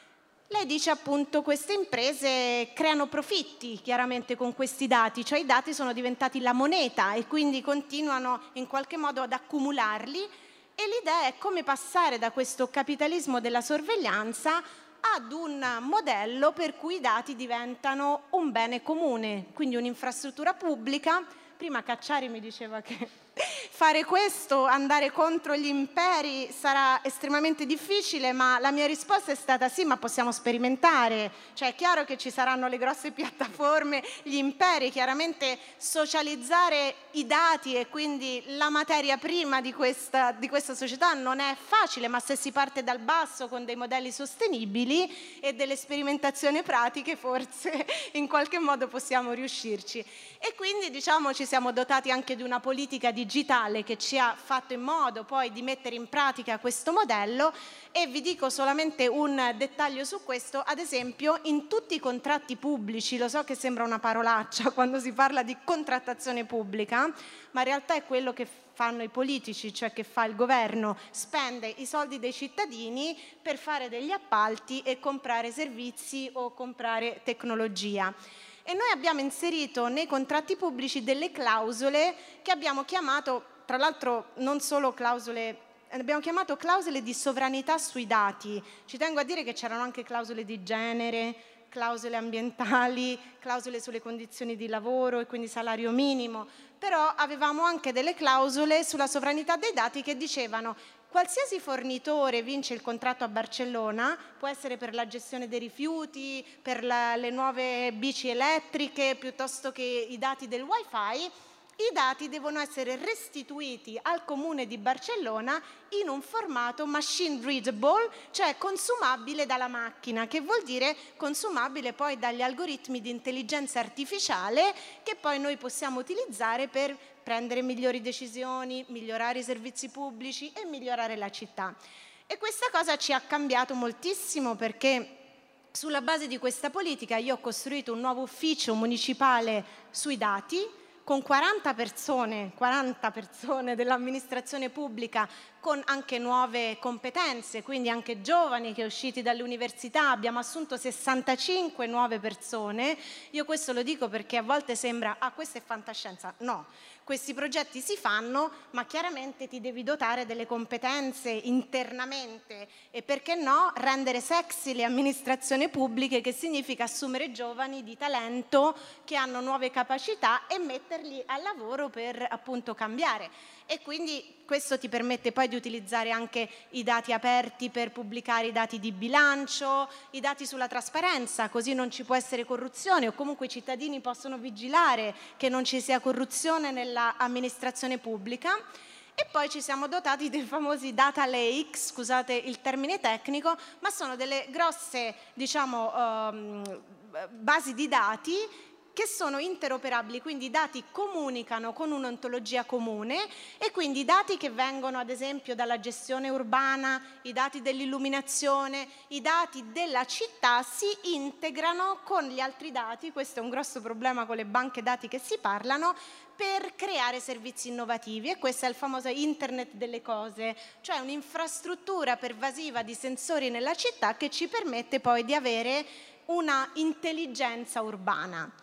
Lei dice appunto queste imprese creano profitti chiaramente con questi dati, cioè i dati sono diventati la moneta e quindi continuano in qualche modo ad accumularli, e l'idea è come passare da questo capitalismo della sorveglianza ad un modello per cui i dati diventano un bene comune, quindi un'infrastruttura pubblica. Prima Cacciari mi diceva che fare questo, andare contro gli imperi, sarà estremamente difficile, ma la mia risposta è stata sì, ma possiamo sperimentare. Cioè è chiaro che ci saranno le grosse piattaforme, gli imperi, chiaramente socializzare i dati e quindi la materia prima di questa, di questa società non è facile, ma se si parte dal basso con dei modelli sostenibili e delle sperimentazioni pratiche, forse in qualche modo possiamo riuscirci. E quindi diciamo ci siamo dotati anche di una politica digitale che ci ha fatto in modo poi di mettere in pratica questo modello, e vi dico solamente un dettaglio su questo. Ad esempio in tutti i contratti pubblici, lo so che sembra una parolaccia quando si parla di contrattazione pubblica, ma in realtà è quello che fanno i politici, cioè che fa il governo, spende i soldi dei cittadini per fare degli appalti e comprare servizi o comprare tecnologia. E noi abbiamo inserito nei contratti pubblici delle clausole che abbiamo chiamato, tra l'altro non solo clausole, abbiamo chiamato clausole di sovranità sui dati. Ci tengo a dire che c'erano anche clausole di genere, clausole ambientali, clausole sulle condizioni di lavoro e quindi salario minimo, però avevamo anche delle clausole sulla sovranità dei dati che dicevano: qualsiasi fornitore vince il contratto a Barcellona, può essere per la gestione dei rifiuti, per la, le nuove bici elettriche, piuttosto che i dati del wifi, i dati devono essere restituiti al Comune di Barcellona in un formato machine readable, cioè consumabile dalla macchina, che vuol dire consumabile poi dagli algoritmi di intelligenza artificiale che poi noi possiamo utilizzare per prendere migliori decisioni, migliorare i servizi pubblici e migliorare la città. E questa cosa ci ha cambiato moltissimo, perché sulla base di questa politica io ho costruito un nuovo ufficio municipale sui dati con quaranta persone, quaranta persone dell'amministrazione pubblica con anche nuove competenze, quindi anche giovani che usciti dalle università. Abbiamo assunto sessantacinque nuove persone. Io questo lo dico perché a volte sembra, ah, questa è fantascienza. No, questi progetti si fanno, ma chiaramente ti devi dotare delle competenze internamente e, perché no, rendere sexy le amministrazioni pubbliche, che significa assumere giovani di talento che hanno nuove capacità e metterli al lavoro per appunto cambiare. E quindi questo ti permette poi di utilizzare anche i dati aperti per pubblicare i dati di bilancio, i dati sulla trasparenza, così non ci può essere corruzione, o comunque i cittadini possono vigilare che non ci sia corruzione nell'amministrazione pubblica. E poi ci siamo dotati dei famosi data lake, scusate il termine tecnico, ma sono delle grosse, diciamo, um, basi di dati che sono interoperabili, quindi i dati comunicano con un'ontologia comune, e quindi i dati che vengono ad esempio dalla gestione urbana, i dati dell'illuminazione, i dati della città si integrano con gli altri dati. Questo è un grosso problema con le banche dati che si parlano, per creare servizi innovativi, e questo è il famoso Internet delle cose, cioè un'infrastruttura pervasiva di sensori nella città che ci permette poi di avere una intelligenza urbana.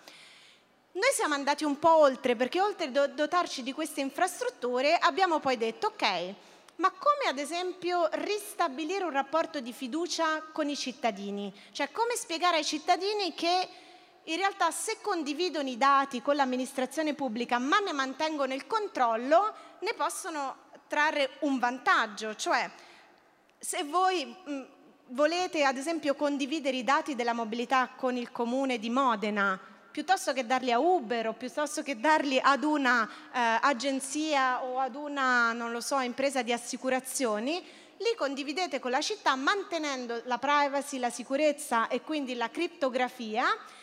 Noi siamo andati un po' oltre, perché oltre a dotarci di queste infrastrutture abbiamo poi detto: ok, ma come ad esempio ristabilire un rapporto di fiducia con i cittadini? Cioè come spiegare ai cittadini che in realtà se condividono i dati con l'amministrazione pubblica ma ne mantengono il controllo, ne possono trarre un vantaggio. Cioè se voi mh, volete ad esempio condividere i dati della mobilità con il comune di Modena, piuttosto che darli a Uber o piuttosto che darli ad una eh, agenzia o ad una, non lo so, impresa di assicurazioni, li condividete con la città mantenendo la privacy, la sicurezza e quindi la criptografia,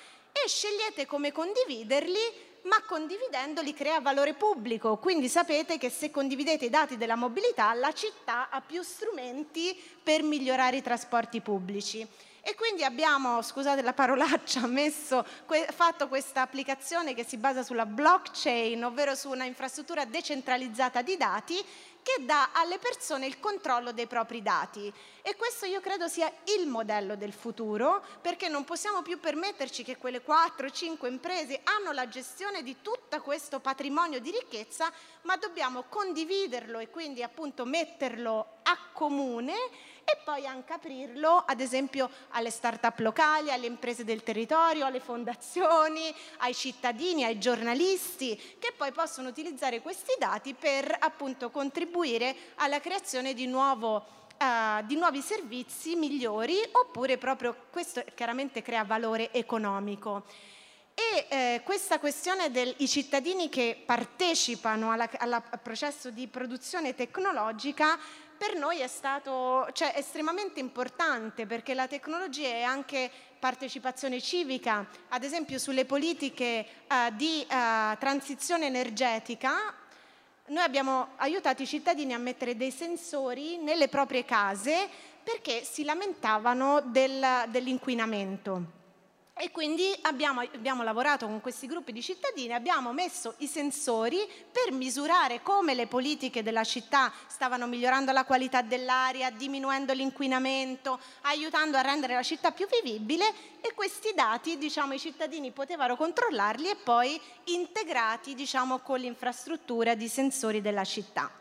e scegliete come condividerli, ma condividendoli crea valore pubblico. Quindi sapete che se condividete i dati della mobilità, la città ha più strumenti per migliorare i trasporti pubblici. E quindi abbiamo, scusate la parolaccia, messo, fatto questa applicazione che si basa sulla blockchain, ovvero su una infrastruttura decentralizzata di dati, che dà alle persone il controllo dei propri dati. E questo io credo sia il modello del futuro, perché non possiamo più permetterci che quelle quattro cinque imprese hanno la gestione di tutto questo patrimonio di ricchezza, ma dobbiamo condividerlo e quindi appunto metterlo a comune e poi anche aprirlo ad esempio alle start-up locali, alle imprese del territorio, alle fondazioni, ai cittadini, ai giornalisti, che poi possono utilizzare questi dati per appunto contribuire alla creazione di nuovo Uh, di nuovi servizi migliori, oppure proprio questo chiaramente crea valore economico. E eh, questa questione dei cittadini che partecipano alla, alla, al processo di produzione tecnologica per noi è stato cioè, estremamente importante, perché la tecnologia è anche partecipazione civica, ad esempio sulle politiche uh, di uh, transizione energetica. Noi abbiamo aiutato i cittadini a mettere dei sensori nelle proprie case perché si lamentavano del, dell'inquinamento. E quindi abbiamo, abbiamo lavorato con questi gruppi di cittadini, abbiamo messo i sensori per misurare come le politiche della città stavano migliorando la qualità dell'aria, diminuendo l'inquinamento, aiutando a rendere la città più vivibile, e questi dati, diciamo, i cittadini potevano controllarli e poi integrati, diciamo, con l'infrastruttura di sensori della città.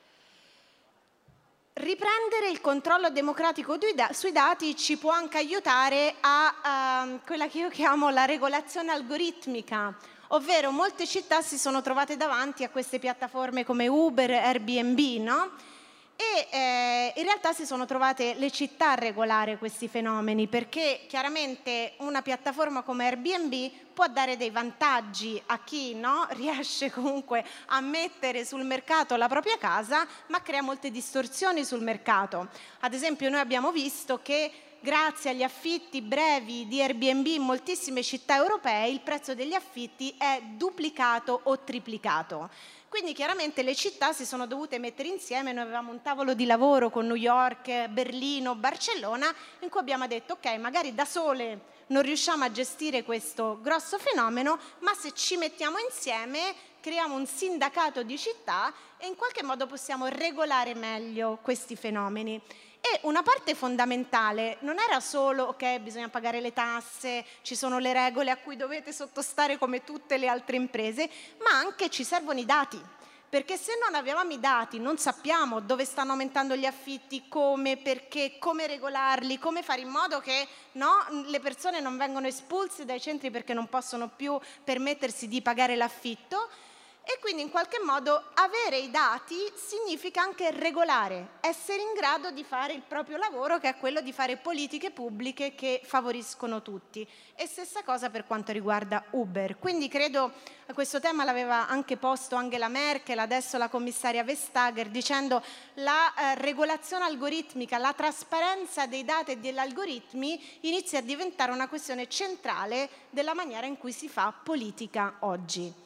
Riprendere il controllo democratico sui dati ci può anche aiutare a uh, quella che io chiamo la regolazione algoritmica, ovvero molte città si sono trovate davanti a queste piattaforme come Uber, Airbnb, no? E eh, in realtà si sono trovate le città a regolare questi fenomeni, perché chiaramente una piattaforma come Airbnb può dare dei vantaggi a chi no, riesce comunque a mettere sul mercato la propria casa, ma crea molte distorsioni sul mercato. Ad esempio noi abbiamo visto che grazie agli affitti brevi di Airbnb in moltissime città europee il prezzo degli affitti è duplicato o triplicato. Quindi chiaramente le città si sono dovute mettere insieme. Noi avevamo un tavolo di lavoro con New York, Berlino, Barcellona, in cui abbiamo detto ok, magari da sole non riusciamo a gestire questo grosso fenomeno, ma se ci mettiamo insieme creiamo un sindacato di città e in qualche modo possiamo regolare meglio questi fenomeni. E una parte fondamentale non era solo, ok, bisogna pagare le tasse, ci sono le regole a cui dovete sottostare come tutte le altre imprese, ma anche ci servono i dati, perché se non avevamo i dati non sappiamo dove stanno aumentando gli affitti, come, perché, come regolarli, come fare in modo che no, le persone non vengano espulse dai centri perché non possono più permettersi di pagare l'affitto. E quindi in qualche modo avere i dati significa anche regolare, essere in grado di fare il proprio lavoro, che è quello di fare politiche pubbliche che favoriscono tutti. E stessa cosa per quanto riguarda Uber. Quindi credo che questo tema l'aveva anche posto Angela Merkel, adesso la commissaria Vestager, dicendo la eh, regolazione algoritmica, la trasparenza dei dati e degli algoritmi inizia a diventare una questione centrale della maniera in cui si fa politica oggi.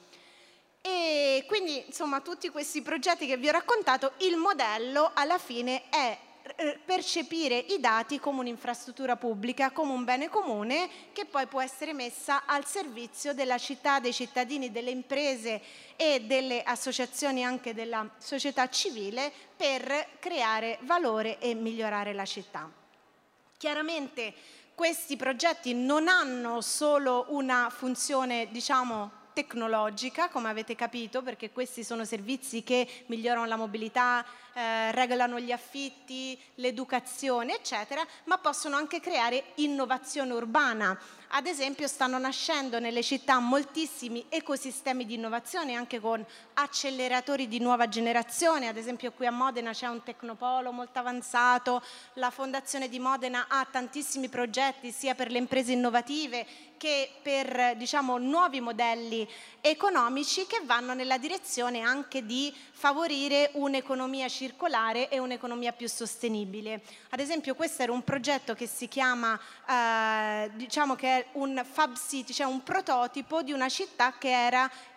E quindi, insomma, tutti questi progetti che vi ho raccontato, il modello alla fine è percepire i dati come un'infrastruttura pubblica, come un bene comune che poi può essere messa al servizio della città, dei cittadini, delle imprese e delle associazioni anche della società civile per creare valore e migliorare la città. Chiaramente questi progetti non hanno solo una funzione, diciamo, tecnologica, come avete capito, perché questi sono servizi che migliorano la mobilità, eh, regolano gli affitti, l'educazione, eccetera, ma possono anche creare innovazione urbana. Ad esempio stanno nascendo nelle città moltissimi ecosistemi di innovazione, anche con acceleratori di nuova generazione. Ad esempio qui a Modena c'è un tecnopolo molto avanzato, la Fondazione di Modena ha tantissimi progetti sia per le imprese innovative che per, diciamo, nuovi modelli economici che vanno nella direzione anche di favorire un'economia circolare e un'economia più sostenibile. Ad esempio questo era un progetto che si chiama, eh, diciamo che è un Fab City, cioè un prototipo di una città che era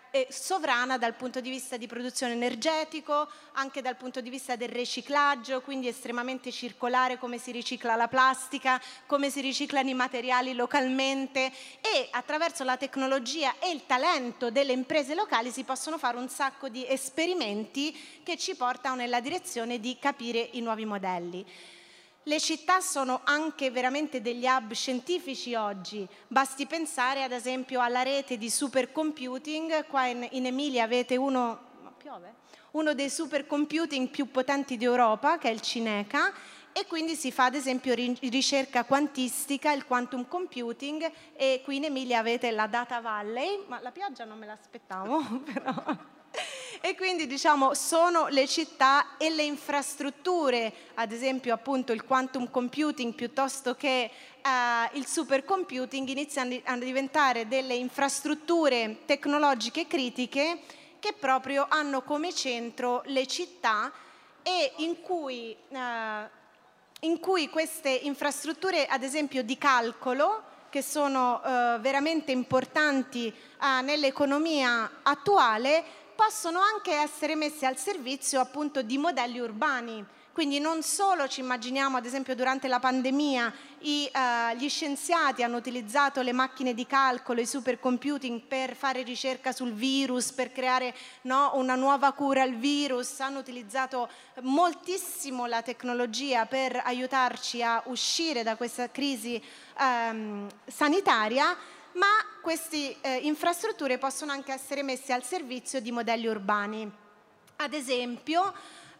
eh, sovrana dal punto di vista di produzione energetico, anche dal punto di vista del riciclaggio, quindi estremamente circolare, come si ricicla la plastica, come si riciclano i materiali localmente, e attraverso la tecnologia e il talento delle imprese locali si possono fare un sacco di esperimenti che ci portano nella direzione di capire i nuovi modelli. Le città sono anche veramente degli hub scientifici oggi, basti pensare ad esempio alla rete di supercomputing. Qua in, in Emilia avete uno, ma piove? uno dei supercomputing più potenti d'Europa, che è il Cineca, e quindi si fa ad esempio ricerca quantistica, il quantum computing, e qui in Emilia avete la Data Valley, ma la pioggia non me l'aspettavo, però... E quindi diciamo sono le città e le infrastrutture, ad esempio appunto il quantum computing piuttosto che eh, il supercomputing, iniziano a diventare delle infrastrutture tecnologiche critiche che proprio hanno come centro le città, e in cui, eh, in cui queste infrastrutture ad esempio di calcolo, che sono eh, veramente importanti eh, nell'economia attuale, possono anche essere messe al servizio appunto di modelli urbani. Quindi non solo ci immaginiamo, ad esempio durante la pandemia, i, eh, gli scienziati hanno utilizzato le macchine di calcolo, i supercomputing per fare ricerca sul virus, per creare no, una nuova cura al virus, hanno utilizzato moltissimo la tecnologia per aiutarci a uscire da questa crisi ehm, sanitaria, ma queste eh, infrastrutture possono anche essere messe al servizio di modelli urbani. Ad esempio,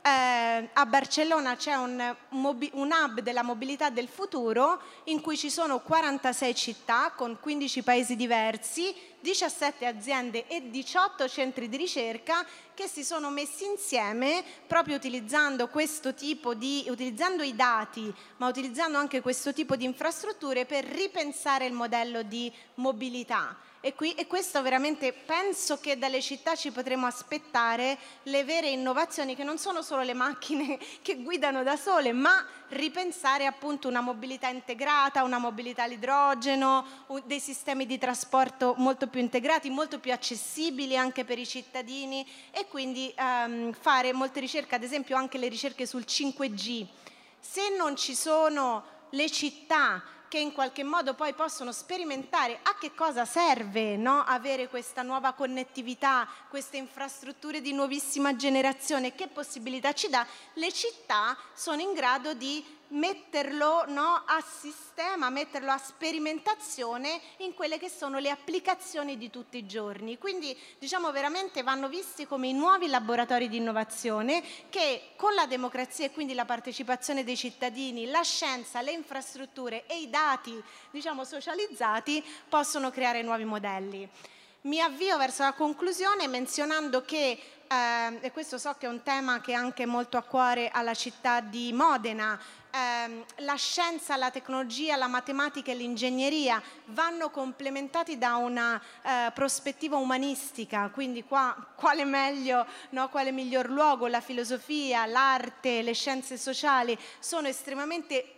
eh, a Barcellona c'è un, un hub della mobilità del futuro in cui ci sono quarantasei città con quindici paesi diversi, diciassette aziende e diciotto centri di ricerca che si sono messi insieme proprio utilizzando questo tipo di, utilizzando i dati, ma utilizzando anche questo tipo di infrastrutture per ripensare il modello di mobilità. E, qui, e questo veramente penso che dalle città ci potremo aspettare le vere innovazioni, che non sono solo le macchine che guidano da sole, ma ripensare appunto una mobilità integrata, una mobilità all'idrogeno, dei sistemi di trasporto molto più integrati, molto più accessibili anche per i cittadini, e quindi ehm, fare molte ricerche, ad esempio anche le ricerche sul cinque G. Se non ci sono le città che in qualche modo poi possono sperimentare a che cosa serve no? avere questa nuova connettività, queste infrastrutture di nuovissima generazione, che possibilità ci dà, le città sono in grado di metterlo no, a sistema, metterlo a sperimentazione in quelle che sono le applicazioni di tutti i giorni. Quindi diciamo veramente vanno visti come i nuovi laboratori di innovazione che con la democrazia e quindi la partecipazione dei cittadini, la scienza, le infrastrutture e i dati diciamo socializzati possono creare nuovi modelli. Mi avvio verso la conclusione menzionando che, eh, e questo so che è un tema che è anche molto a cuore alla città di Modena, ehm, la scienza, la tecnologia, la matematica e l'ingegneria vanno complementati da una eh, prospettiva umanistica, quindi qua quale meglio, no, quale miglior luogo, la filosofia, l'arte, le scienze sociali sono estremamente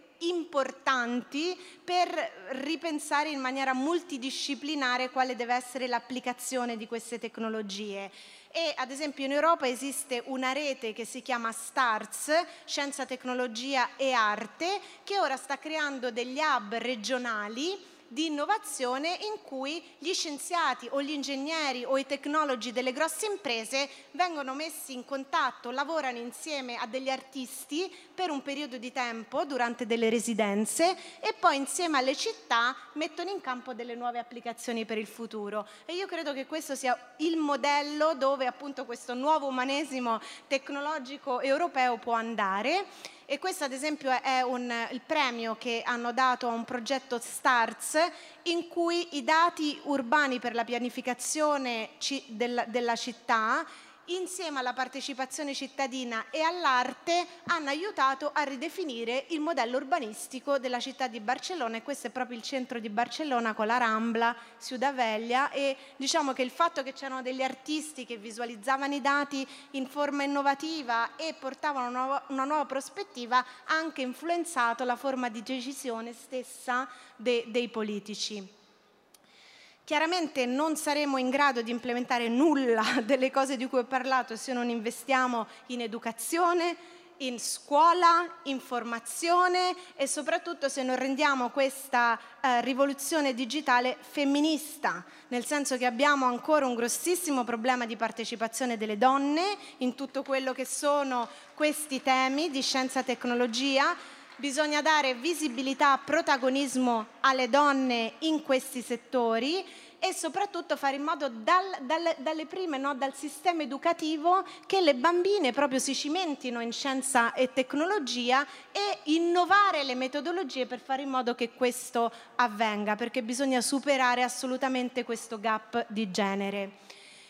importanti per ripensare in maniera multidisciplinare quale deve essere l'applicazione di queste tecnologie. E ad esempio in Europa esiste una rete che si chiama STARS, Scienza, Tecnologia e Arte, che ora sta creando degli hub regionali di innovazione in cui gli scienziati o gli ingegneri o i tecnologi delle grosse imprese vengono messi in contatto, lavorano insieme a degli artisti per un periodo di tempo durante delle residenze e poi insieme alle città mettono in campo delle nuove applicazioni per il futuro. E io credo che questo sia il modello dove appunto questo nuovo umanesimo tecnologico europeo può andare. E questo ad esempio è un, il premio che hanno dato a un progetto STARS in cui i dati urbani per la pianificazione della, della città insieme alla partecipazione cittadina e all'arte hanno aiutato a ridefinire il modello urbanistico della città di Barcellona, e questo è proprio il centro di Barcellona con la Rambla, Ciudad Vella, e diciamo che il fatto che c'erano degli artisti che visualizzavano i dati in forma innovativa e portavano una nuova, una nuova prospettiva ha anche influenzato la forma di decisione stessa de, dei politici. Chiaramente non saremo in grado di implementare nulla delle cose di cui ho parlato se non investiamo in educazione, in scuola, in formazione e soprattutto se non rendiamo questa eh, rivoluzione digitale femminista, nel senso che abbiamo ancora un grossissimo problema di partecipazione delle donne in tutto quello che sono questi temi di scienza e tecnologia. Bisogna dare visibilità, protagonismo alle donne in questi settori e soprattutto fare in modo dal, dal, dalle prime, no, dal sistema educativo, che le bambine proprio si cimentino in scienza e tecnologia e innovare le metodologie per fare in modo che questo avvenga, perché bisogna superare assolutamente questo gap di genere.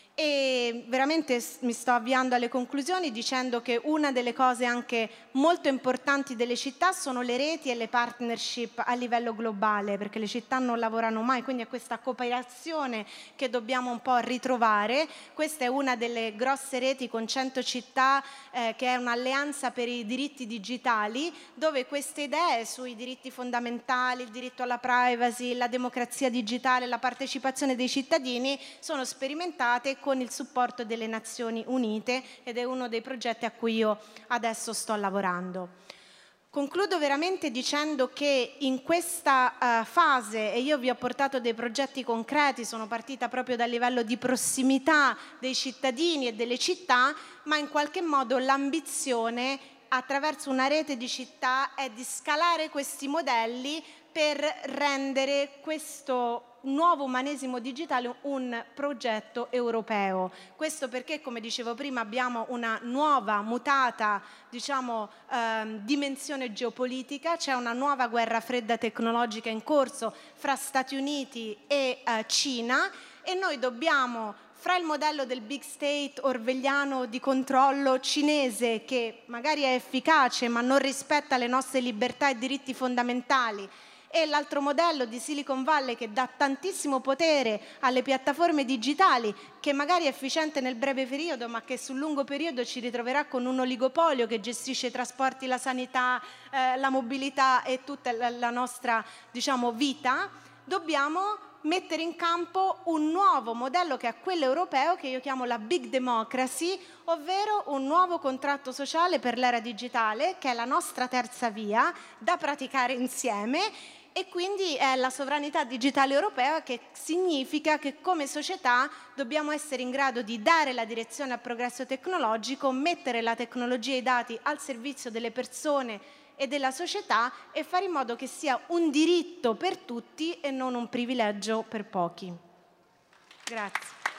E veramente mi sto avviando alle conclusioni dicendo che una delle cose anche molto importanti delle città sono le reti e le partnership a livello globale, perché le città non lavorano mai, quindi è questa cooperazione che dobbiamo un po' ritrovare. Questa è una delle grosse reti con cento città, eh, che è un'alleanza per i diritti digitali, dove queste idee sui diritti fondamentali, il diritto alla privacy, la democrazia digitale, la partecipazione dei cittadini sono sperimentate con il supporto delle Nazioni Unite ed è uno dei progetti a cui io adesso sto lavorando. Concludo veramente dicendo che in questa uh, fase, e io vi ho portato dei progetti concreti, sono partita proprio dal livello di prossimità dei cittadini e delle città, ma in qualche modo l'ambizione attraverso una rete di città è di scalare questi modelli per rendere questo nuovo umanesimo digitale un progetto europeo. Questo perché, come dicevo prima, abbiamo una nuova, mutata, diciamo, ehm, dimensione geopolitica, c'è una nuova guerra fredda tecnologica in corso fra Stati Uniti e eh, Cina e noi dobbiamo, fra il modello del big state orwelliano di controllo cinese, che magari è efficace ma non rispetta le nostre libertà e diritti fondamentali, e l'altro modello di Silicon Valley che dà tantissimo potere alle piattaforme digitali, che magari è efficiente nel breve periodo ma che sul lungo periodo ci ritroverà con un oligopolio che gestisce i trasporti, la sanità, eh, la mobilità e tutta la, la nostra, diciamo, vita. Dobbiamo mettere in campo un nuovo modello che è quello europeo, che io chiamo la big democracy, ovvero un nuovo contratto sociale per l'era digitale, che è la nostra terza via da praticare insieme. E quindi è la sovranità digitale europea, che significa che come società dobbiamo essere in grado di dare la direzione al progresso tecnologico, mettere la tecnologia e i dati al servizio delle persone e della società e fare in modo che sia un diritto per tutti e non un privilegio per pochi. Grazie.